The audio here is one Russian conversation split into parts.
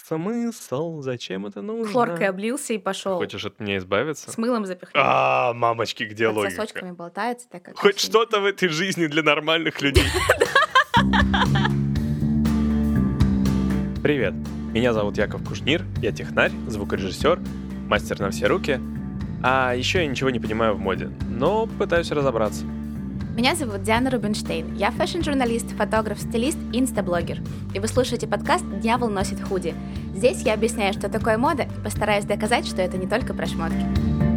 Смысл? Зачем это Хлоркой нужно? облился и пошел. Хочешь от меня избавиться? С мылом запихнул. Мамочки, где Под логика? сосочками болтается, так как Хоть очень- что-то в этой жизни для нормальных людей. Привет, меня зовут Яков Кушнир, я технарь, звукорежиссер, мастер на все руки, а еще я ничего не понимаю в моде, но пытаюсь разобраться. Меня зовут Диана Рубинштейн. Я фэшн-журналист, фотограф, стилист и инстаблогер. И вы слушаете подкаст «Дьявол носит худи». Здесь я объясняю, что такое мода, и постараюсь доказать, что это не только про шмотки.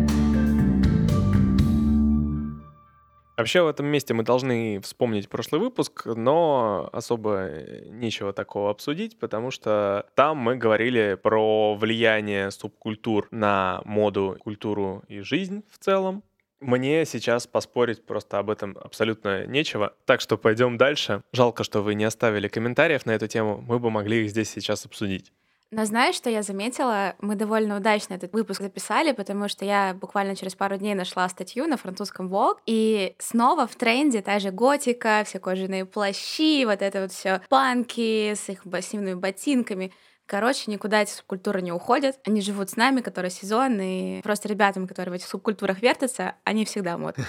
Вообще в этом месте мы должны вспомнить прошлый выпуск, но особо нечего такого обсудить, потому что там мы говорили про влияние субкультур на моду, культуру и жизнь в целом. Мне сейчас поспорить просто об этом абсолютно нечего, так что пойдем дальше. Жалко, что вы не оставили комментариев на эту тему, мы бы могли их здесь сейчас обсудить. Но знаешь, что я заметила? Мы довольно удачно этот выпуск записали, потому что я буквально через пару дней нашла статью на французском Vogue, и снова в тренде та же готика, все кожаные плащи, вот это вот все панки с их массивными ботинками. Короче, никуда эти субкультуры не уходят. Они живут с нами, который сезон, и просто ребятам, которые в этих субкультурах вертятся, они всегда модны.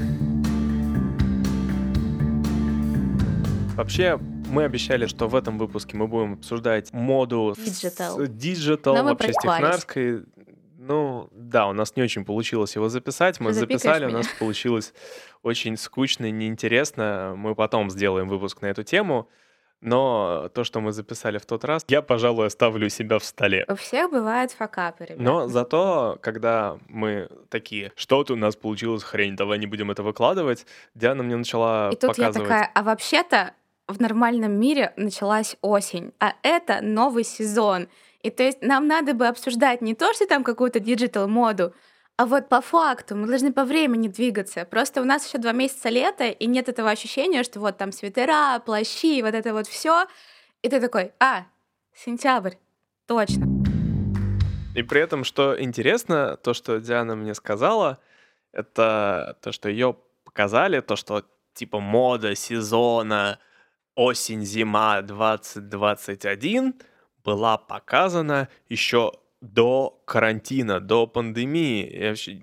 Вообще, мы обещали, что в этом выпуске мы будем обсуждать моду диджитал, Но мы вообще с проспались. технарской. Ну, да, у нас не очень получилось его записать. Мы Ты запикаешь записали, у меня. нас получилось очень скучно и неинтересно. Мы потом сделаем выпуск на эту тему. Но то, что мы записали в тот раз, я, пожалуй, оставлю у себя в столе. У всех бывают факапы, ребят. Но зато, когда мы такие, что-то у нас получилось хрень, давай не будем это выкладывать, Диана мне начала И тут показывать. я такая, а вообще-то в нормальном мире началась осень, а это новый сезон. И то есть нам надо бы обсуждать не то, что там какую-то диджитал-моду, а вот по факту мы должны по времени двигаться. Просто у нас еще 2 месяца лета, и нет этого ощущения, что вот там свитера, плащи, вот это вот все. И ты такой, сентябрь, точно. И при этом, что интересно, то, что Диана мне сказала, это то, что ее показали, то, что типа мода сезона осень-зима 2021 была показана еще до карантина, до пандемии. И вообще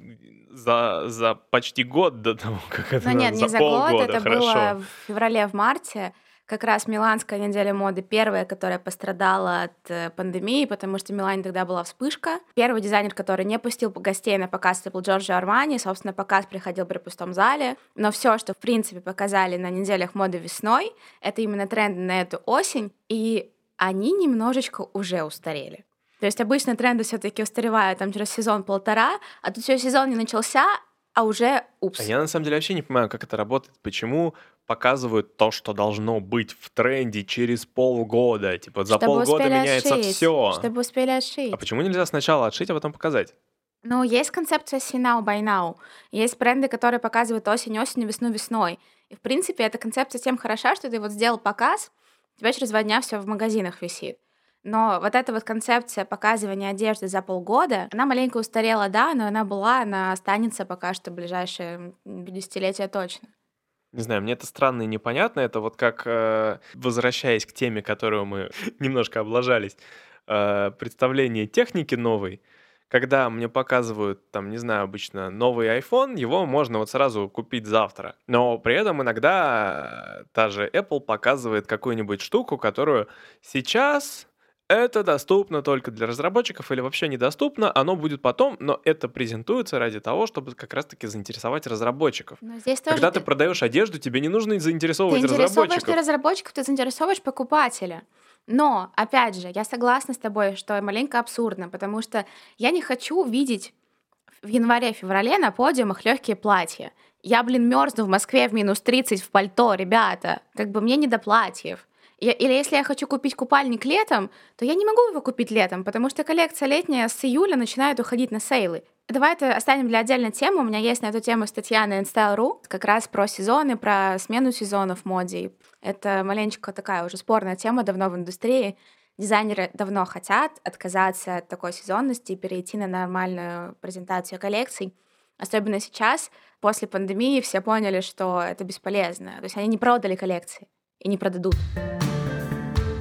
за почти год до того, как это Но нет, не за год, полгода, это хорошо. было в феврале, в марте. Как раз Миланская неделя моды первая, которая пострадала от пандемии, потому что в Милане тогда была вспышка. Первый дизайнер, который не пустил гостей на показ, это был Джорджио Армани. Собственно, показ приходил при пустом зале. Но все, что, в принципе, показали на неделях моды весной, это именно тренды на эту осень, и они немножечко уже устарели. То есть обычно тренды все-таки устаревают там через сезон-полтора, а тут еще сезон не начался, а уже упс. А я на самом деле вообще не понимаю, как это работает, почему показывают то, что должно быть в тренде через полгода. Типа за Чтобы полгода успели меняется отшить, все. Чтобы успели отшить. А почему нельзя сначала отшить, а потом показать? Ну, есть концепция see now, buy now. Есть бренды, которые показывают осень-осенью, весну-весной. И, в принципе, эта концепция тем хороша, что ты вот сделал показ, у тебя через 2 дня все в магазинах висит. Но вот эта вот концепция показывания одежды за полгода, она маленько устарела, да, но она останется пока что в ближайшие десятилетия точно. Не знаю, мне это странно и непонятно. Это вот как, возвращаясь к теме, которую мы немножко облажались, представление техники новой. Когда мне показывают, там, не знаю, обычно новый iPhone, его можно вот сразу купить завтра. Но при этом иногда та же Apple показывает какую-нибудь штуку, которую сейчас это доступно только для разработчиков или вообще недоступно, оно будет потом, но это презентуется ради того, чтобы как раз-таки заинтересовать разработчиков. Но здесь тоже Когда ты продаешь одежду, тебе не нужно ты заинтересовывать интересовываешь не разработчиков. разработчиков, ты заинтересовываешь покупателя. Но, опять же, я согласна с тобой, что маленько абсурдно, потому что я не хочу видеть в январе-феврале на подиумах легкие платья. Я, мерзну в Москве в минус 30 в пальто, ребята. Как бы мне не до платьев. Или если я хочу купить купальник летом, то я не могу его купить летом, потому что коллекция летняя с июля начинает уходить на сейлы. Давай это оставим для отдельной темы. У меня есть на эту тему статья на InStyle.ru, как раз про сезоны, про смену сезонов в моде. Это маленечко такая уже спорная тема, давно в индустрии. Дизайнеры давно хотят отказаться от такой сезонности и перейти на нормальную презентацию коллекций. Особенно сейчас, после пандемии, все поняли, что это бесполезно. То есть они не продали коллекции и не продадут.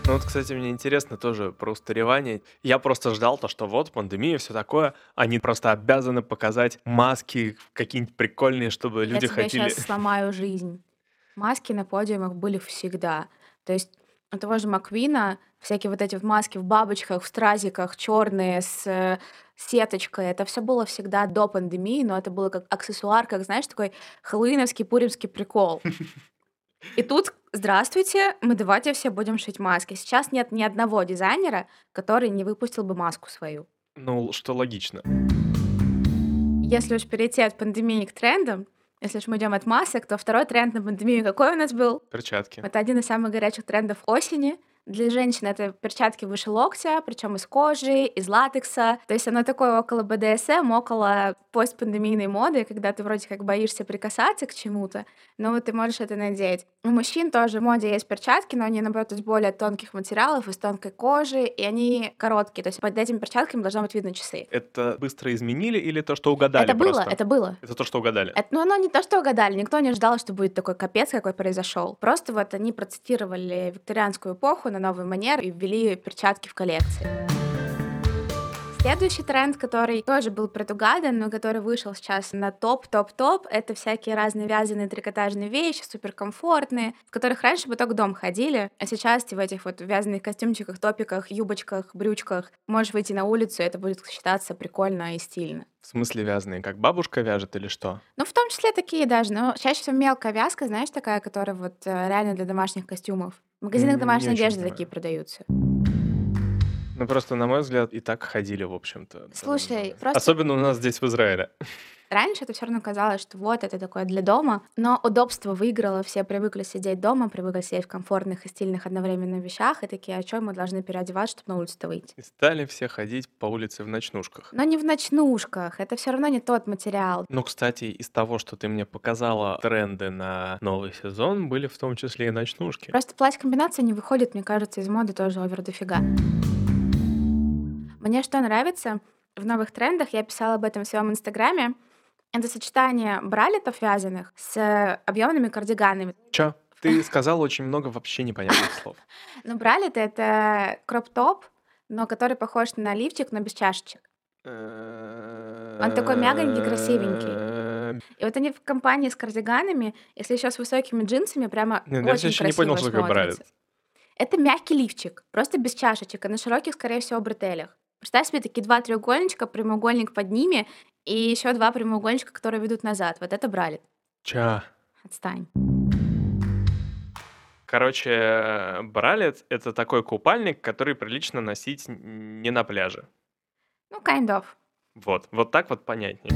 Ну вот, кстати, мне интересно тоже про устаревание. Я просто ждал то, что вот пандемия, все такое. Они просто обязаны показать маски какие-нибудь прикольные, чтобы Я люди тебе сейчас ходили. сломаю жизнь. Маски на подиумах были всегда. То есть у того же Маквина всякие вот эти вот маски в бабочках, в стразиках, черные с сеточкой. Это все было всегда до пандемии, но это было как аксессуар, как, знаешь, такой хэллоуиновский, пуримский прикол. И тут, здравствуйте, мы давайте все будем шить маски. Сейчас нет ни одного дизайнера, который не выпустил бы маску свою. Ну, что логично. Если уж перейти от пандемии к трендам, если уж мы идем от масок, то второй тренд на пандемию какой у нас был? Перчатки. Это один из самых горячих трендов осени. Для женщин это перчатки выше локтя, причем из кожи, из латекса. То есть оно такое около БДСМ, около постпандемийной моды, когда ты вроде как боишься прикасаться к чему-то, но вот ты можешь это надеть. У мужчин тоже в моде есть перчатки, но они, наоборот, из более тонких материалов, из тонкой кожи, и они короткие. То есть под этими перчатками должно быть видно часы. Это быстро изменили или то, что угадали Это было, просто? это было. Это то, что угадали. Ну, оно не то, что угадали. Никто не ждал, что будет такой капец, какой произошел. Просто вот они процитировали викторианскую эпоху на новый манер и ввели перчатки в коллекции. Следующий тренд, который тоже был предугадан, но который вышел сейчас на топ, это всякие разные вязаные трикотажные вещи, суперкомфортные, в которых раньше бы только дом ходили, а сейчас ты в этих вот вязаных костюмчиках, топиках, юбочках, брючках можешь выйти на улицу, и это будет считаться прикольно и стильно. В смысле вязаные? Как бабушка вяжет или что? Ну, в том числе такие даже, но чаще всего мелкая вязка, знаешь, такая, которая вот реально для домашних костюмов. В магазинах Не домашней очень одежды понимаю. такие продаются. Ну, просто, на мой взгляд, и так ходили, в общем-то. Слушай, довольно много. просто Особенно у нас здесь, в Израиле. раньше это все равно казалось, что вот это такое для дома, но удобство выиграло, все привыкли сидеть дома, привыкли сидеть в комфортных и стильных одновременно вещах, и такие, а чё мы должны переодеваться, чтобы на улицу-то выйти? И стали все ходить по улице в ночнушках. Но не в ночнушках, это все равно не тот материал. Ну, кстати, из того, что ты мне показала, тренды на новый сезон были в том числе и ночнушки. Просто платье-комбинация не выходит, мне кажется, из моды тоже овер дофига. Мне что нравится в новых трендах, я писала об этом в своем инстаграме, это сочетание бралетов вязаных с объемными кардиганами. Чё? Ты сказал очень много вообще непонятных слов. Ну, бралет — это кроп-топ, но который похож на лифчик, но без чашечек. Он такой мягонький, красивенький. И вот они в компании с кардиганами, если еще с высокими джинсами, прямо Нет, я очень все еще не понял, красиво что такое бралет. смотрится. Это мягкий лифчик, просто без чашечек, и на широких, скорее всего, бретелях. Представь себе такие два треугольничка, прямоугольник под ними, и еще два прямоугольничка, которые ведут назад. Вот это бралет. Ча. Отстань. Короче, бралет — это такой купальник, который прилично носить не на пляже. Ну, kind of. Вот так вот понятнее.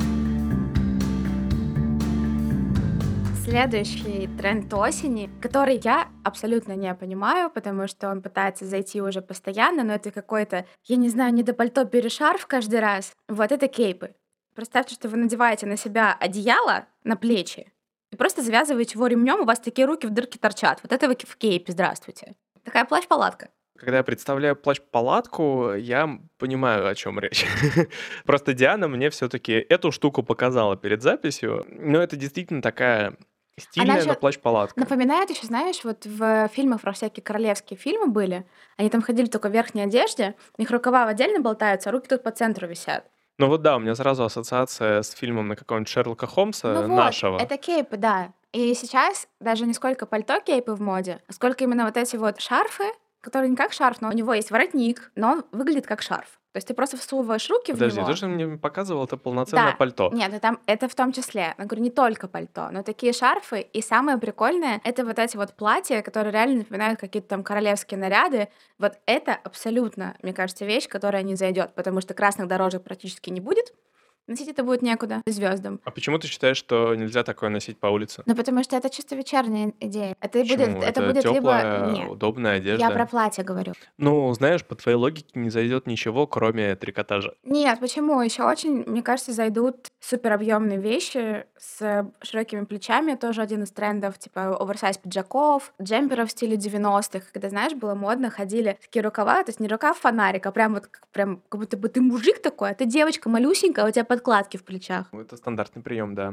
Следующий тренд осени, который я абсолютно не понимаю, потому что он пытается зайти уже постоянно, но это какой-то, я не знаю, не до пальто перешарф каждый раз. Вот это кейпы. Представьте, что вы надеваете на себя одеяло на плечи и просто завязываете его ремнем, у вас такие руки в дырки торчат. Вот это вы в кейпе, здравствуйте. Такая плащ-палатка. Когда я представляю плащ-палатку, я понимаю, о чем речь. Просто Диана мне все-таки эту штуку показала перед записью. Но это действительно такая стильная, Она но же плащ-палатка. напоминает еще, знаешь, вот в фильмах про всякие королевские фильмы были, они там ходили в такой верхней одежде, у них рукава отдельно болтаются, а руки тут по центру висят. Ну вот да, у меня сразу ассоциация с фильмом на какого-нибудь Шерлока Холмса Ну вот, нашего. это кейпы, да. И сейчас даже не сколько пальто кейпы в моде, а сколько именно вот эти вот шарфы, которые не как шарф, но у него есть воротник, но он выглядит как шарф. То есть ты просто всовываешь руки в Подожди, него. то, что мне показывал, это полноценное Да, пальто. нет, ну там это в том числе. Я говорю, не только пальто, но такие шарфы. И самое прикольное, это вот эти вот платья, которые реально напоминают какие-то там королевские наряды. Вот это абсолютно, мне кажется, вещь, которая не зайдет, потому что красных дорожек практически не будет. Носить это будет некуда звездам. А почему ты считаешь, что нельзя такое носить по улице? Ну, потому что это чисто вечерняя идея. Это Почему? будет, это будет теплая, либо... Нет, удобная одежда. я про платье говорю. Ну, знаешь, по твоей логике не зайдет ничего, кроме трикотажа. Нет, почему? Еще очень, мне кажется, зайдут супер объемные вещи с широкими плечами, тоже один из трендов, типа оверсайз пиджаков, джемперов в стиле 90-х, когда, знаешь, было модно, ходили такие рукава, то есть не рукав фонарик, а прям вот прям как будто бы ты мужик такой, а ты девочка малюсенькая, а у тебя подкладки в плечах. Это стандартный прием, да.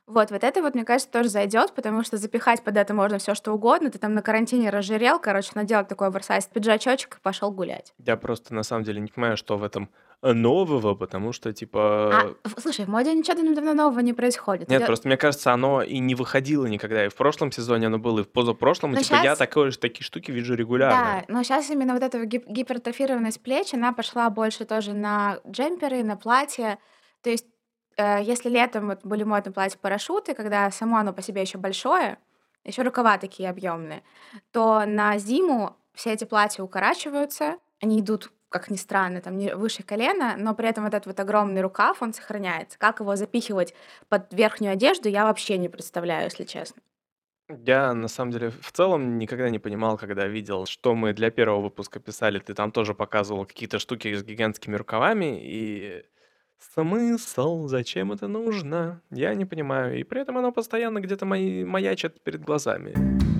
Вот это вот, мне кажется, тоже зайдет, потому что запихать под это можно все что угодно. Ты там на карантине разжирел, надел такой оверсайз пиджачочек и пошел гулять. Я просто на самом деле не понимаю, что в этом нового, потому что, Слушай, в моде ничего давно нового не происходит. Нет, просто мне кажется, оно и не выходило никогда. И в прошлом сезоне оно было, и в позапрошлом. Но я щас... такие штуки вижу регулярно. Да, но сейчас именно вот эта гипертрофированность плеч, она пошла больше тоже на джемперы, на платья. То есть если летом вот были модные платья-парашюты, когда само оно по себе еще большое, еще рукава такие объемные, то на зиму все эти платья укорачиваются, они идут, как ни странно, там не выше колена, но при этом вот этот вот огромный рукав, он сохраняется. Как его запихивать под верхнюю одежду, я вообще не представляю, если честно. Я, на самом деле, в целом никогда не понимал, когда видел, что мы для первого выпуска писали. Ты там тоже показывал какие-то штуки с гигантскими рукавами, и смысл, зачем это нужно, я не понимаю. И при этом оно постоянно где-то маячит перед глазами.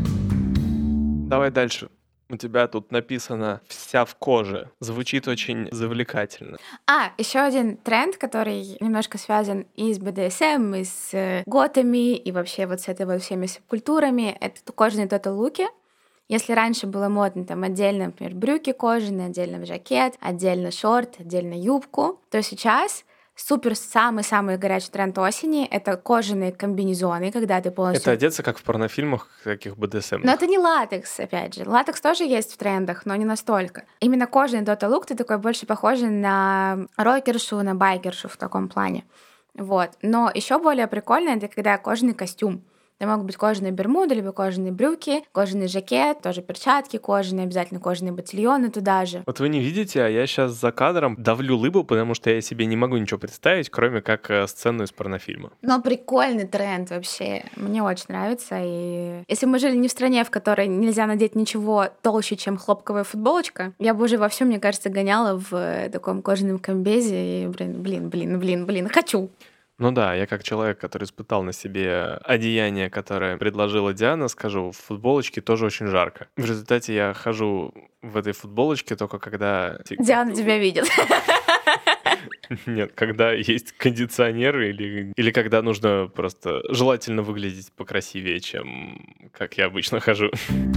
Давай дальше. У тебя тут написано «вся в коже». Звучит очень завлекательно. Еще один тренд, который немножко связан и с БДСМ, и с готами, и вообще вот с этой вот всеми субкультурами, это кожаные тотал-луки. Если раньше было модно там отдельно, например, брюки кожаные, отдельно жакет, отдельно шорт, отдельно юбку, то сейчас супер самый-самый горячий тренд осени — это кожаные комбинезоны, когда ты полностью... Это одеться как в порнофильмах таких БДСМ. Но это не латекс, опять же. Латекс тоже есть в трендах, но не настолько. Именно кожаный Total Look, ты такой больше похожий на рокершу, на байкершу в таком плане. Вот. Но еще более прикольно — это когда кожаный костюм. Это могут быть кожаные бермуды, либо кожаные брюки, кожаный жакет, тоже перчатки кожаные, обязательно кожаные ботильоны туда же. Вот вы не видите, а я сейчас за кадром давлю лыбу, потому что я себе не могу ничего представить, кроме как сцену из порнофильма. Но прикольный тренд вообще. Мне очень нравится. И если мы жили не в стране, в которой нельзя надеть ничего толще, чем хлопковая футболочка, я бы уже вовсю, мне кажется, гоняла в таком кожаном комбезе. И, блин, хочу. Ну да, я как человек, который испытал на себе одеяние, которое предложила Диана, скажу, в футболочке тоже очень жарко. В результате я хожу в этой футболочке только когда... Диана тебя видит. Нет, когда есть кондиционер или когда нужно просто желательно выглядеть покрасивее, чем как я обычно хожу.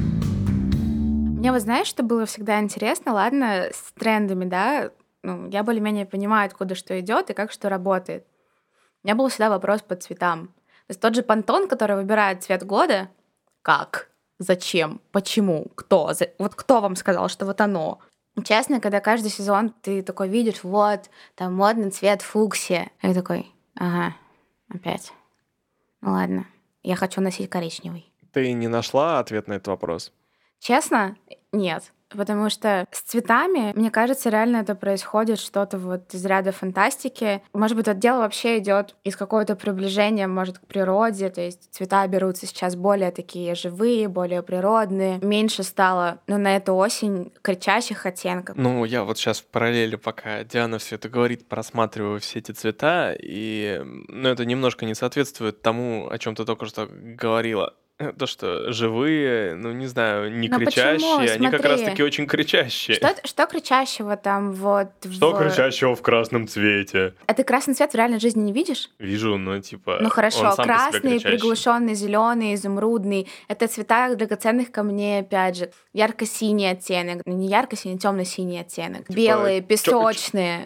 Мне вот знаешь, что было всегда интересно? Ладно, с трендами, да? Я более-менее понимаю, откуда что идет и как что работает. У меня был всегда вопрос по цветам. То есть тот же Pantone, который выбирает цвет года, как? Зачем? Почему? Кто? Вот кто вам сказал, что вот оно? Честно, когда каждый сезон ты такой видишь, вот, там модный цвет фуксия. И я такой, ага, опять. Ну ладно, я хочу носить коричневый. Ты не нашла ответ на этот вопрос? Честно, нет. Потому что с цветами, мне кажется, реально это происходит что-то вот из ряда фантастики. Может быть, это дело вообще идет из какого-то приближения, может, к природе. То есть цвета берутся сейчас более такие живые, более природные. Меньше стало, на эту осень кричащих оттенков. Я вот сейчас в параллели, пока Диана все это говорит, просматриваю все эти цвета, и это немножко не соответствует тому, о чем ты только что говорила. То, что живые, не знаю, не кричащие, они как раз-таки очень кричащие. Что кричащего там вот... Что кричащего в красном цвете? А ты красный цвет в реальной жизни не видишь? Вижу, хорошо, он сам красный, приглушенный, зеленый, изумрудный. Это цвета драгоценных камней, опять же. Ярко-синий оттенок. Не ярко-синий, темно-синий оттенок. Белые, песочные.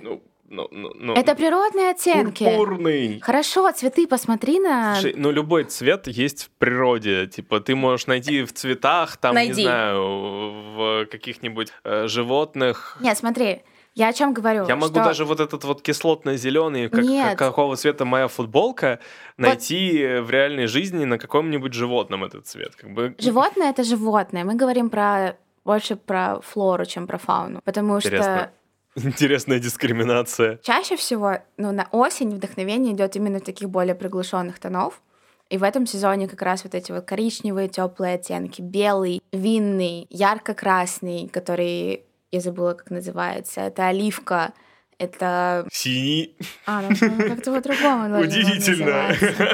Это природные оттенки. Пурпурный. Хорошо, цветы посмотри на... Любой цвет есть в природе. Ты можешь найти в цветах, не знаю, в каких-нибудь животных. Нет, смотри, я о чем говорю. Я могу даже вот этот вот кислотно-зеленый, какого цвета моя футболка, найти в реальной жизни на каком-нибудь животном этот цвет. Животное — это животное. Мы говорим больше про флору, чем про фауну. Потому что... Интересная дискриминация. Чаще всего, на осень вдохновение идет именно в таких более приглушенных тонов. И в этом сезоне как раз вот эти вот коричневые теплые оттенки, белый, винный, ярко-красный, который, я забыла, как называется, это оливка, это... Синий. Как-то по-другому. Удивительно.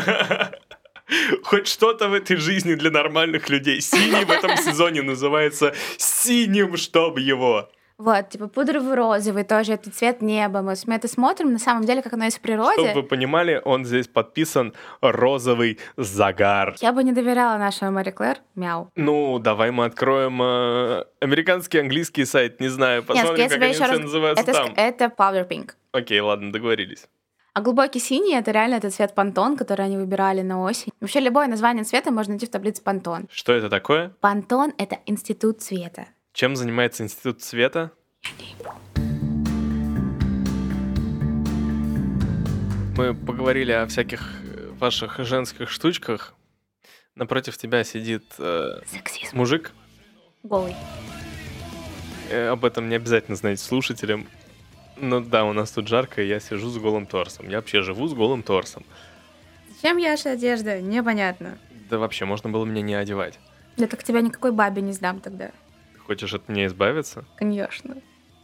Хоть что-то в этой жизни для нормальных людей. Синий в этом сезоне называется синим, чтоб его. Вот, типа пудровый розовый, тоже это цвет неба. Мы это смотрим, на самом деле, как оно есть в природе. Чтобы вы понимали, он здесь подписан «Розовый загар». Я бы не доверяла нашему Мари Клэр. Мяу. Ну, давай мы откроем американский, английский сайт, не знаю, посмотрим, как они все называются там. Это Powder Pink. Окей, ладно, договорились. А глубокий синий — это реально этот цвет Pantone, который они выбирали на осень. Вообще любое название цвета можно найти в таблице Pantone. Что это такое? Pantone — это институт цвета. Чем занимается институт цвета? Я не помню. Мы поговорили о всяких ваших женских штучках. Напротив тебя сидит Сексизм. мужик. Голый. Об этом не обязательно знать слушателям. Ну да, у нас тут жарко, и я сижу с голым торсом. Я вообще живу с голым торсом. Зачем Яша одежда? Непонятно. Да вообще, можно было меня не одевать. Я так тебя никакой бабе не сдам тогда. Ты хочешь от меня избавиться? Конечно.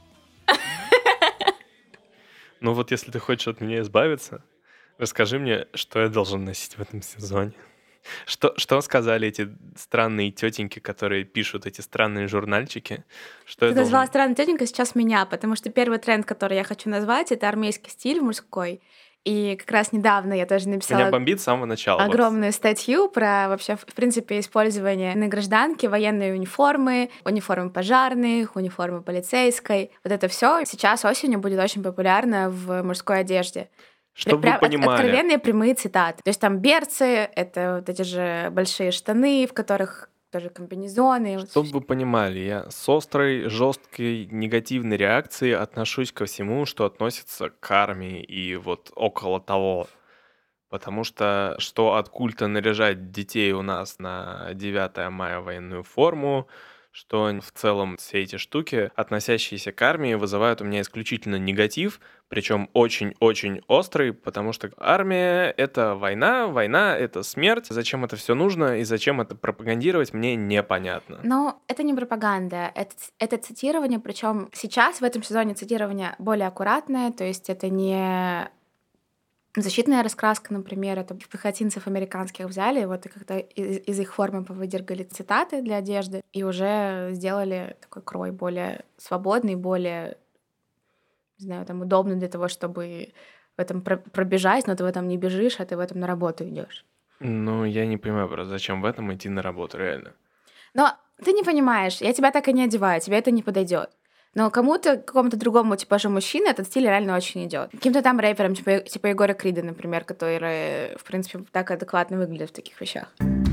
Ну вот если ты хочешь от меня избавиться, расскажи мне, что я должен носить в этом сезоне. Что сказали эти странные тетеньки, которые пишут эти странные журнальчики? Что я Ты назвала должен... странной тетенькой сейчас меня, потому что первый тренд, который я хочу назвать, это армейский стиль мужской. И как раз недавно я тоже написала Меня бомбит с самого начала. огромную статью про вообще, в принципе, использование на гражданке военной униформы, униформы пожарных, униформы полицейской. Вот это все сейчас осенью будет очень популярно в мужской одежде. Чтобы вы понимали. Откровенные прямые цитаты. То есть там берцы, это вот эти же большие штаны, в которых тоже комбинезоны. Чтобы вы понимали, я с острой, жесткой, негативной реакцией отношусь ко всему, что относится к армии и вот около того. Потому что от культа наряжать детей у нас на 9 мая военную форму, что в целом все эти штуки, относящиеся к армии, вызывают у меня исключительно негатив, причем очень-очень острый, потому что армия — это война, война — это смерть. Зачем это все нужно и зачем это пропагандировать, мне непонятно. Но это не пропаганда, это цитирование, причем сейчас в этом сезоне цитирование более аккуратное, то есть это не защитная раскраска, например, это пехотинцев американских взяли, вот и как-то из их формы повыдергали цитаты для одежды и уже сделали такой крой более свободный, более, не знаю, там удобный для того, чтобы в этом пробежать, но ты в этом не бежишь, а ты в этом на работу идешь. Ну, я не понимаю просто, зачем в этом идти на работу, реально. Но ты не понимаешь, я тебя так и не одеваю, тебе это не подойдет. Но кому-то, какому-то другому типажу мужчины этот стиль реально очень идет. Каким-то там рэперам, типа Егора Крида, например, которые, в принципе, так адекватно выглядят в таких вещах.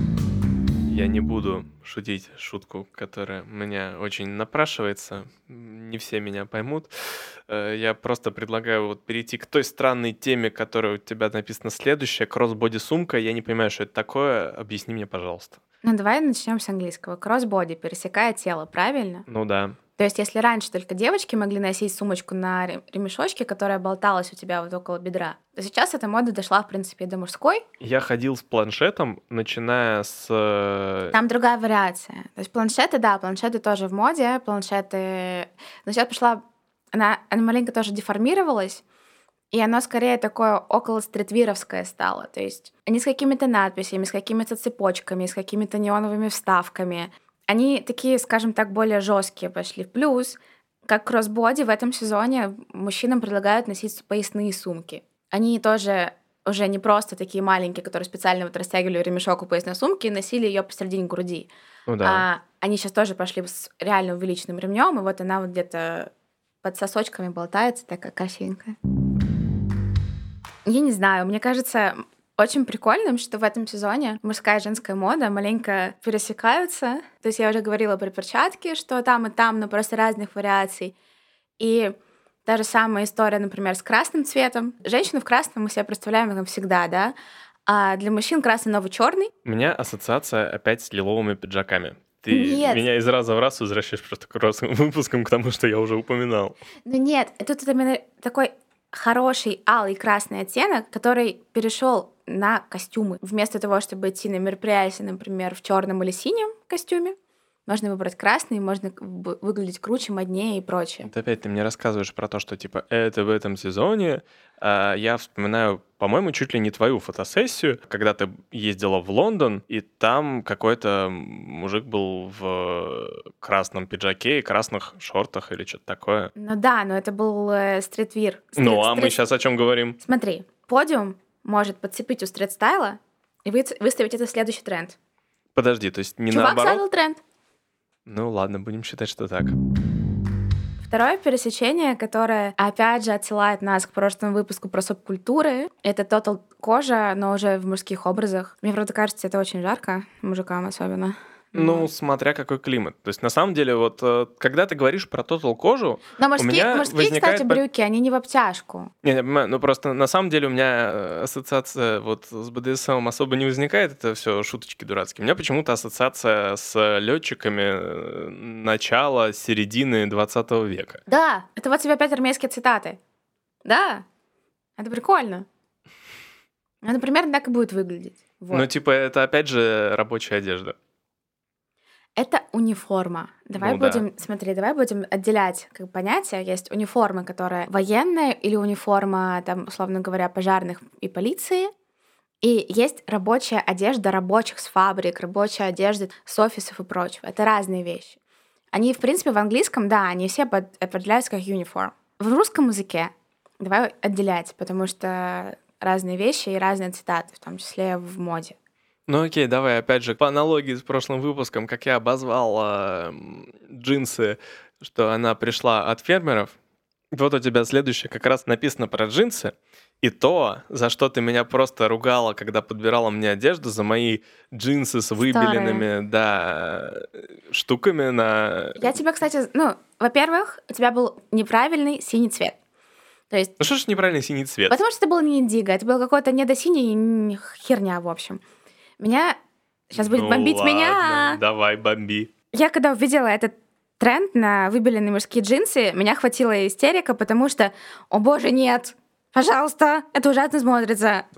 Я не буду шутить шутку, которая у меня очень напрашивается. Не все меня поймут. Я просто предлагаю вот перейти к той странной теме, которая у тебя написана следующая. Кроссбоди-сумка. Я не понимаю, что это такое. Объясни мне, пожалуйста. Ну, давай начнем с английского. Кроссбоди — пересекая тело, правильно? Ну да. То есть, если раньше только девочки могли носить сумочку на ремешочке, которая болталась у тебя вот около бедра, то сейчас эта мода дошла, в принципе, и до мужской. Я ходил с планшетом, начиная с... Там другая вариация. То есть планшеты, да, планшеты тоже в моде, планшеты... Но сейчас пошла... Она маленько тоже деформировалась, и оно скорее такое около стритвировское стало. То есть они с какими-то надписями, с какими-то цепочками, с какими-то неоновыми вставками. Они такие, скажем так, более жесткие пошли. Плюс, как кроссбоди, в этом сезоне мужчинам предлагают носить поясные сумки. Они тоже уже не просто такие маленькие, которые специально вот растягивали ремешок у поясной сумки и носили ее посередине груди. Ну да. Они сейчас тоже пошли с реально увеличенным ремнем, и вот она вот где-то под сосочками болтается, такая красивенькая. Я не знаю, мне кажется очень прикольным, что в этом сезоне мужская и женская мода маленько пересекаются. То есть я уже говорила про перчатки, что там и там, но просто разных вариаций. И та же самая история, например, с красным цветом. Женщину в красном мы себе представляем как всегда, да? А для мужчин красный новый черный. У меня ассоциация опять с лиловыми пиджаками. Ты Нет. меня из раза в раз возвращаешь просто к прошлым выпускам, к тому, что я уже упоминал. Ну нет, тут именно такой хороший алый красный оттенок, который перешел на костюмы. Вместо того, чтобы идти на мероприятие, например, в черном или синем костюме, Можно выбрать красный, можно выглядеть круче, моднее и прочее. Вот опять ты мне рассказываешь про то, что типа это в этом сезоне. Я вспоминаю, по-моему, чуть ли не твою фотосессию, когда ты ездила в Лондон, и там какой-то мужик был в красном пиджаке и красных шортах или что-то такое. Ну да, но это был стритвир. Ну, а мы сейчас о чем говорим? Смотри, подиум может подцепить у стрит-стайла и выставить это в следующий тренд. Подожди, то есть не Чувак наоборот? задал тренд. Ну ладно, будем считать, что так. Второе пересечение, которое, опять же, отсылает нас к прошлому выпуску про субкультуры, это Total кожа, но уже в мужских образах. Мне, правда, кажется, это очень жарко, мужикам особенно. Ну, смотря какой климат. То есть, на самом деле, вот когда ты говоришь про Total кожу, но у меня мужские, возникает... кстати, брюки, они не в обтяжку. Не, понимаю, ну просто на самом деле у меня ассоциация вот с БДСМ особо не возникает, это все шуточки дурацкие. У меня почему-то ассоциация с летчиками начала, середины 20 века. Да, это вот тебе опять армейские цитаты. Да, это прикольно. Она примерно так и будет выглядеть. Вот. Ну, типа, это опять же рабочая одежда. Это униформа. Давай будем отделять как понятия. Есть униформа, которая военная, или униформа, там, условно говоря, пожарных и полиции. И есть рабочая одежда рабочих с фабрик, рабочая одежда с офисов и прочего. Это разные вещи. Они, в принципе, в английском, да, они все определяются как uniform. В русском языке давай отделять, потому что разные вещи и разные цитаты, в том числе в моде. Ну окей, давай опять же по аналогии с прошлым выпуском, как я обозвал джинсы, что она пришла от фермеров. Вот у тебя следующее как раз написано про джинсы. И то, за что ты меня просто ругала, когда подбирала мне одежду, за мои джинсы с выбеленными, да, штуками на... Я тебя, кстати, во-первых, у тебя был неправильный синий цвет. То есть... Ну что ж неправильный синий цвет? Потому что это был не индиго, это был какой-то недосиний херня, в общем. Меня сейчас будет бомбить ладно, меня. Давай, бомби. Я когда увидела этот тренд на выбеленные мужские джинсы, меня хватила истерика, потому что, о боже, нет, пожалуйста, это ужасно смотрится.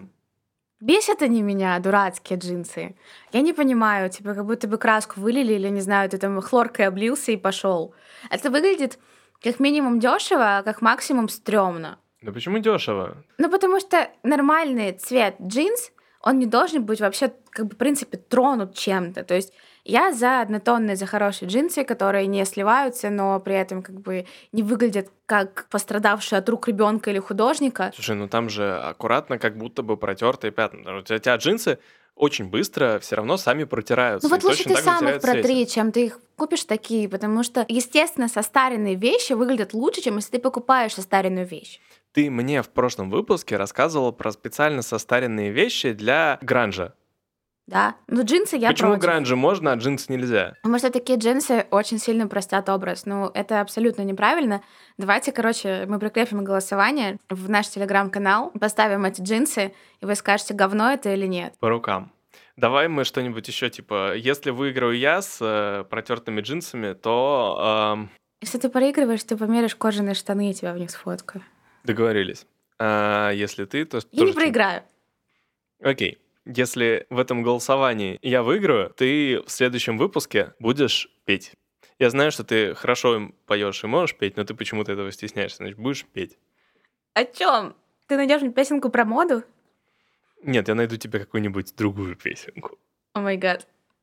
Бесят они меня, дурацкие джинсы. Я не понимаю, типа, как будто бы краску вылили, или, не знаю, ты там хлоркой облился и пошел. Это выглядит как минимум дешево, а как максимум стрёмно. Да почему дешево? Ну, потому что нормальный цвет джинс, он не должен быть вообще, как бы, в принципе, тронут чем-то. То есть я за однотонные, за хорошие джинсы, которые не сливаются, но при этом как бы не выглядят как пострадавшие от рук ребенка или художника. Слушай, ну там же аккуратно, как будто бы протертые пятна. У тебя джинсы очень быстро все равно сами протираются. Ну вот лучше ты сам их протри, чем ты их купишь такие, потому что, естественно, состаренные вещи выглядят лучше, чем если ты покупаешь состаренную вещь. Ты мне в прошлом выпуске рассказывала про специально состаренные вещи для гранжа. Да, но джинсы я Почему против. гранжи можно, а джинсы нельзя? Потому что такие джинсы очень сильно простят образ. Ну, это абсолютно неправильно. Давайте, мы прикрепим голосование в наш телеграм-канал, поставим эти джинсы, и вы скажете, говно это или нет. По рукам. Давай мы что-нибудь еще, типа, если выиграю я с протертыми джинсами, то... Если ты проигрываешь, ты померишь кожаные штаны, я тебя в них сфоткаю. Договорились. А если ты, то... Я не проиграю. Окей. Если в этом голосовании я выиграю, ты в следующем выпуске будешь петь. Я знаю, что ты хорошо поешь и можешь петь, но ты почему-то этого стесняешься, значит, будешь петь. О чем? Ты найдешь мне песенку про моду? Нет, я найду тебе какую-нибудь другую песенку. О май гад.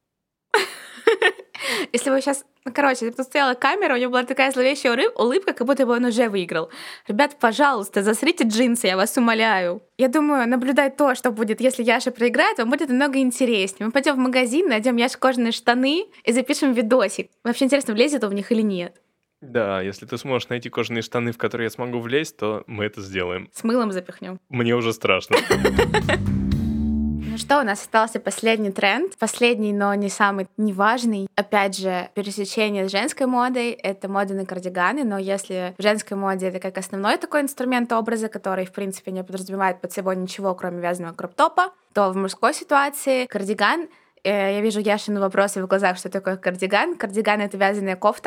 Если вы сейчас... тут стояла камера, у него была такая зловещая улыбка, как будто бы он уже выиграл. Ребят, пожалуйста, засрите джинсы, я вас умоляю. Я думаю, наблюдать то, что будет, если Яша проиграет, вам будет намного интереснее. Мы пойдем в магазин, найдем Яше кожаные штаны и запишем видосик. Вообще интересно, влезет он в них или нет. Да, если ты сможешь найти кожаные штаны, в которые я смогу влезть, то мы это сделаем. С мылом запихнем. Мне уже страшно. Ну что, у нас остался последний тренд. Последний, но не самый неважный. Опять же, пересечение с женской модой. Это мода на кардиганы, но если в женской моде это как основной такой инструмент образа, который, в принципе, не подразумевает под собой ничего, кроме вязаного кроп-топа, то в мужской ситуации кардиган... Я вижу Яшины вопросы в глазах, что такое кардиган. Кардиган — это вязаная кофта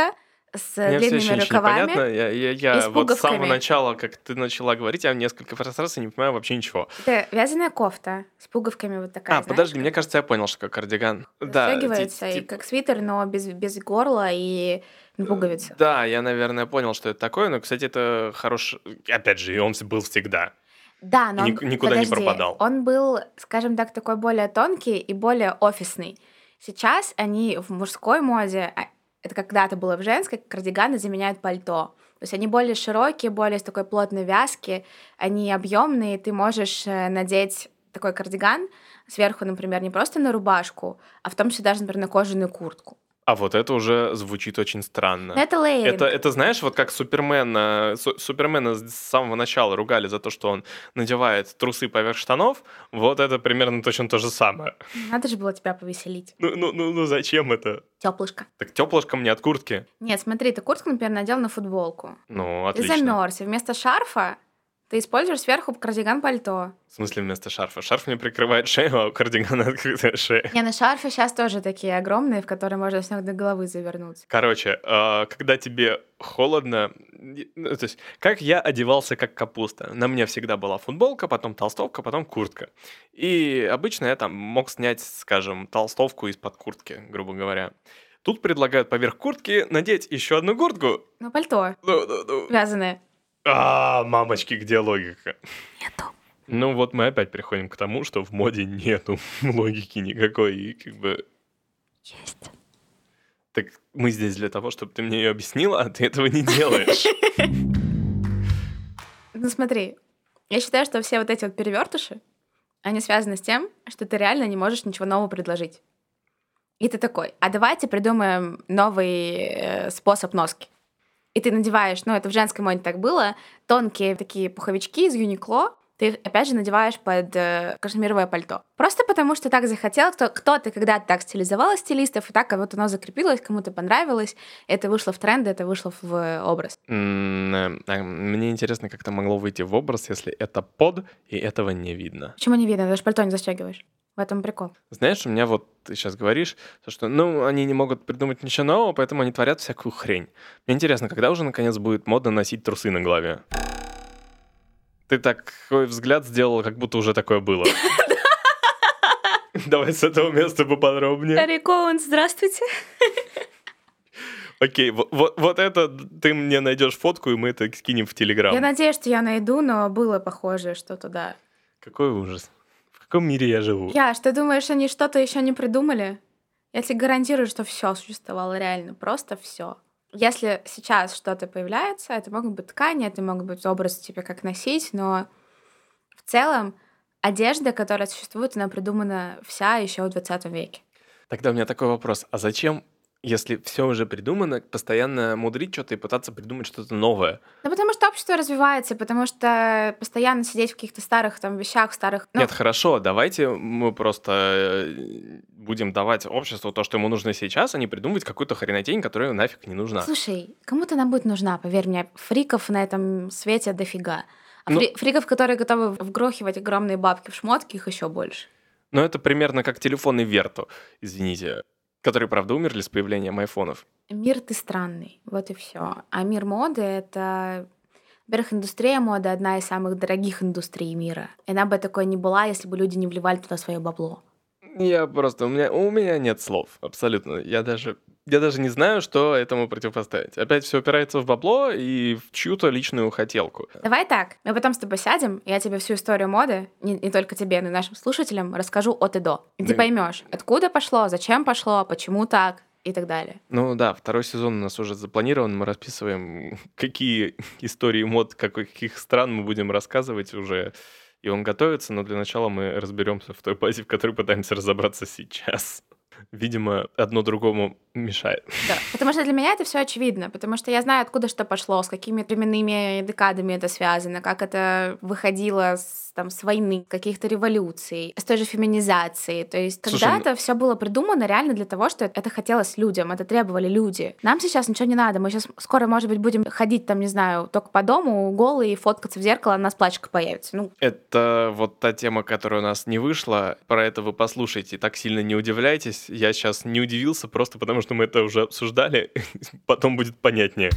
с Мне все еще длинными ничего не понятно. рукавами и Я с вот с самого пуговками. начала, как ты начала говорить, я несколько раз и не понимаю вообще ничего. Это вязаная кофта с пуговками вот такая, знаешь, Подожди, мне как кажется, я понял, что как кардиган. Да, застегивается, и как свитер, но без горла и на пуговицах. да, я, наверное, понял, что это такое, но, кстати, это хороший... Опять же, и он был всегда. Да, И но он, никуда не подожди, пропадал. он был, скажем так, такой более тонкий и более офисный. Сейчас они в мужской моде, это когда-то было в женской, кардиганы заменяют пальто. То есть они более широкие, более с такой плотной вязки, они объемные, ты можешь надеть такой кардиган сверху, например, не просто на рубашку, а в том числе даже, например, на кожаную куртку. А вот это уже звучит очень Но странно. это лейеринг. Это знаешь, вот как Супермена с самого начала ругали за то, что он надевает трусы поверх штанов, вот это примерно точно то же самое. Надо же было тебя повеселить. Ну зачем это? Теплышко. Так теплышко мне от куртки. Нет, смотри, ты куртку, например, надел на футболку. Ну, Ты отлично. замерз, и вместо шарфа ты используешь сверху кардиган-пальто. В смысле вместо шарфа? Шарф мне прикрывает шею, а у кардигана открытая шея. Не, на шарфы сейчас тоже такие огромные, в которые можно с ног до головы завернуться. Короче, когда тебе холодно, то есть, как я одевался как капуста. На мне всегда была футболка, потом толстовка, потом куртка. И обычно я там мог снять, скажем, толстовку из-под куртки, грубо говоря. Тут предлагают поверх куртки надеть еще одну куртку. Ну, пальто Ну. вязаное. Мамочки, где логика? Нету. Ну вот мы опять приходим к тому, что в моде нету логики никакой, и как бы... Есть. Так мы здесь для того, чтобы ты мне ее объяснила, а ты этого не делаешь. Ну, смотри, я считаю, что все вот эти вот перевертыши, они связаны с тем, что ты реально не можешь ничего нового предложить. И ты такой, а давайте придумаем новый способ носки. И ты надеваешь, ну, это в женской моде так было, тонкие такие пуховички из Юникло, ты их, опять же, надеваешь под кашемировое пальто. Просто потому, что так захотел, кто-то когда-то так стилизовал стилистов, и так вот оно закрепилось, кому-то понравилось, это вышло в тренд, это вышло в образ. Мне интересно, как это могло выйти в образ, если это под, и этого не видно. Почему не видно? Ты даже пальто не застегиваешь. В этом прикол. Знаешь, у меня вот, ты сейчас говоришь, что, они не могут придумать ничего нового, поэтому они творят всякую хрень. Мне интересно, когда уже, наконец, будет модно носить трусы на голове? Ты такой взгляд сделал, как будто уже такое было. Давай с этого места поподробнее. Рикоун, здравствуйте. Окей, вот это ты мне найдешь фотку, и мы это скинем в Телеграм. Я надеюсь, что я найду, но было похожее что-то, да. Какой ужас. В каком мире я живу? Ты думаешь, они что-то еще не придумали? Я тебе гарантирую, что все существовало реально, просто все. Если сейчас что-то появляется, это могут быть ткани, это могут быть образы, типа как носить, но в целом одежда, которая существует, она придумана вся еще в 20 веке. Тогда у меня такой вопрос. А зачем, если все уже придумано, постоянно мудрить что-то и пытаться придумать что-то новое? Ну, потому что общество развивается, потому что постоянно сидеть в каких-то старых там вещах, старых... Нет, хорошо, давайте мы просто будем давать обществу то, что ему нужно сейчас, а не придумывать какую-то хренотень, которая нафиг не нужна. Слушай, кому-то она будет нужна, поверь мне. Фриков на этом свете дофига. А фриков, которые готовы вгрохивать огромные бабки в шмотки, их еще больше. Ну, это примерно как телефоны Верту, извините, которые, правда, умерли с появлением айфонов. Мир ты странный, вот и все. А мир моды — это... Во-первых, индустрия моды — одна из самых дорогих индустрий мира. И она бы такой не была, если бы люди не вливали туда свое бабло. У меня нет слов, абсолютно. Я даже не знаю, что этому противопоставить. Опять все упирается в бабло и в чью-то личную хотелку. Давай так, мы потом с тобой сядем, я тебе всю историю моды, не только тебе, но и нашим слушателям, расскажу от и до. И ты поймешь, откуда пошло, зачем пошло, почему так и так далее. Ну да, второй сезон у нас уже запланирован, мы расписываем, какие истории мод, каких стран мы будем рассказывать уже. И он готовится, но для начала мы разберемся в той базе, в которой пытаемся разобраться сейчас. Видимо, одно другому мешает. Да, потому что для меня это все очевидно, потому что я знаю, откуда что пошло, с какими временными декадами это связано, как это выходило с войны, каких-то революций, с той же феминизацией. То есть когда-то все было придумано реально для того, что это хотелось людям, это требовали люди. Нам сейчас ничего не надо, мы сейчас скоро, может быть, будем ходить там, не знаю, только по дому голые, фоткаться в зеркало, а у нас плачка появится. Это вот та тема, которая у нас не вышла, про это вы послушайте, так сильно не удивляйтесь. Я сейчас не удивился просто потому, что что мы это уже обсуждали, потом будет понятнее.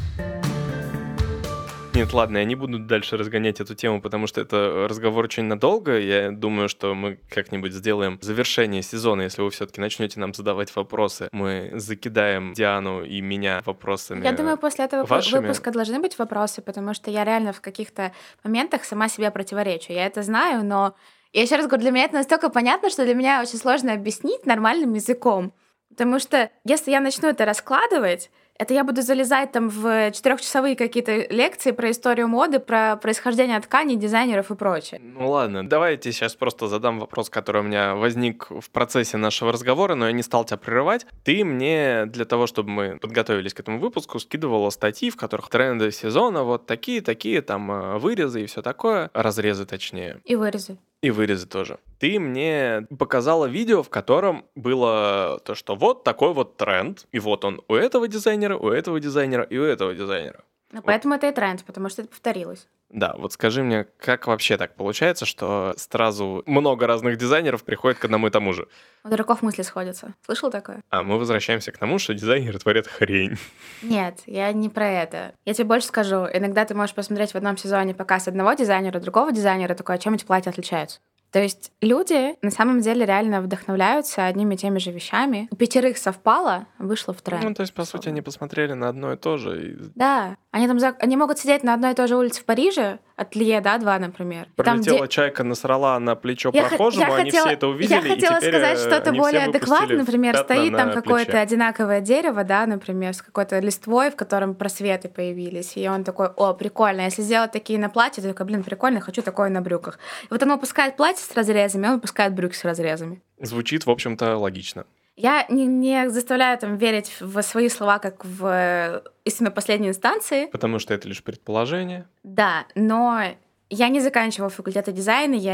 Нет, ладно, я не буду дальше разгонять эту тему, потому что это разговор очень надолго. Я думаю, что мы как-нибудь сделаем завершение сезона, если вы все-таки начнете нам задавать вопросы. Мы закидаем Диану и меня вопросами. Я думаю, после этого вашими. выпуска должны быть вопросы, потому что я реально в каких-то моментах сама себе противоречу. Я это знаю, но я еще раз говорю, для меня это настолько понятно, что для меня очень сложно объяснить нормальным языком. Потому что если я начну это раскладывать, это я буду залезать там в 4-часовые какие-то лекции про историю моды, про происхождение тканей, дизайнеров и прочее. Ну ладно, давайте сейчас просто задам вопрос, который у меня возник в процессе нашего разговора, но я не стал тебя прерывать. Ты мне для того, чтобы мы подготовились к этому выпуску, скидывала статьи, в которых тренды сезона вот такие, там вырезы и все такое, разрезы точнее. И вырезы. И вырезы тоже. Ты мне показала видео, в котором было то, что вот такой вот тренд, и вот он у этого дизайнера, у этого дизайнера и у этого дизайнера. Ну, поэтому это и тренд, потому что это повторилось. Да, вот скажи мне, как вообще так получается, что сразу много разных дизайнеров приходит к одному и тому же? У дураков мысли сходятся. Слышал такое? А мы возвращаемся к тому, что дизайнеры творят хрень. Нет, я не про это. Я тебе больше скажу. Иногда ты можешь посмотреть в одном сезоне показ одного дизайнера, другого дизайнера, такое, чем эти платья отличаются. То есть люди на самом деле реально вдохновляются одними и теми же вещами. У 5 совпало, вышло в тренд. Ну, то есть, по сути, они посмотрели на одно и то же. Да. Они могут сидеть на одной и той же улице в Париже, Ателье, да, 2, например. Пролетела чайка, насрала на плечо прохожему, они все это увидели, я хотела и теперь сказать что-то более адекватное, например, стоит там какое-то плече. одинаковое дерево, да, например, с какой-то листвой, в котором просветы появились, и он такой: о, прикольно, если сделать такие на платье, то такой: блин, прикольно, хочу такое на брюках. И вот он выпускает платье с разрезами, он выпускает брюки с разрезами. Звучит, в общем-то, логично. Я не заставляю там верить в свои слова, как в истину последней инстанции. Потому что это лишь предположение. Да, но я не заканчивала факультет дизайна, я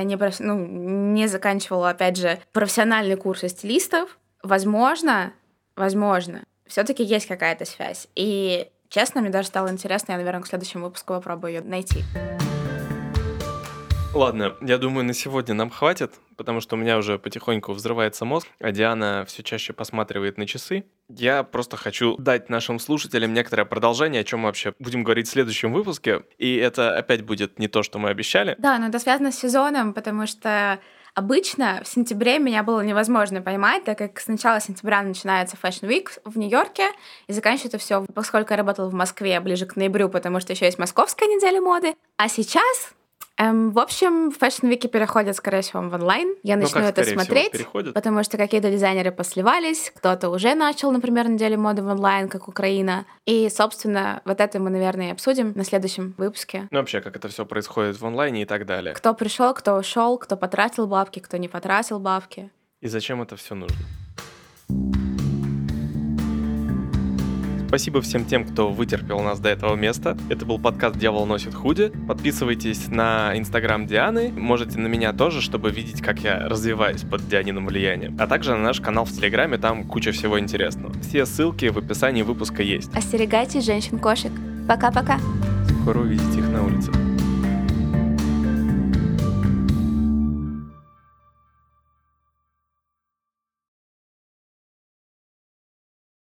не заканчивала, опять же, профессиональные курсы стилистов. Возможно, все-таки есть какая-то связь. И, честно, мне даже стало интересно, я, наверное, к следующему выпуску попробую ее найти. Ладно, я думаю, на сегодня нам хватит, потому что у меня уже потихоньку взрывается мозг, а Диана все чаще посматривает на часы. Я просто хочу дать нашим слушателям некоторое продолжение, о чем мы вообще будем говорить в следующем выпуске. И это опять будет не то, что мы обещали. Да, но это связано с сезоном, потому что обычно в сентябре меня было невозможно поймать, так как с начала сентября начинается Fashion Week в Нью-Йорке, и заканчивается все, поскольку я работала в Москве, ближе к ноябрю, потому что еще есть Московская неделя моды. А сейчас... в общем, Fashion Week переходят, скорее всего, в онлайн. Я начну это смотреть, потому что какие-то дизайнеры посливались, кто-то уже начал, например, неделю моды в онлайн, как Украина. И, собственно, вот это мы, наверное, и обсудим на следующем выпуске. Ну, вообще, как это все происходит в онлайне и так далее. Кто пришел, кто ушел, кто потратил бабки, кто не потратил бабки. И зачем это все нужно? Спасибо всем тем, кто вытерпел нас до этого места. Это был подкаст «Дьявол носит худи». Подписывайтесь на Инстаграм Дианы. Можете на меня тоже, чтобы видеть, как я развиваюсь под Дианиным влиянием. А также на наш канал в Телеграме, там куча всего интересного. Все ссылки в описании выпуска есть. Остерегайтесь женщин-кошек. Пока-пока. Скоро увидите их на улице.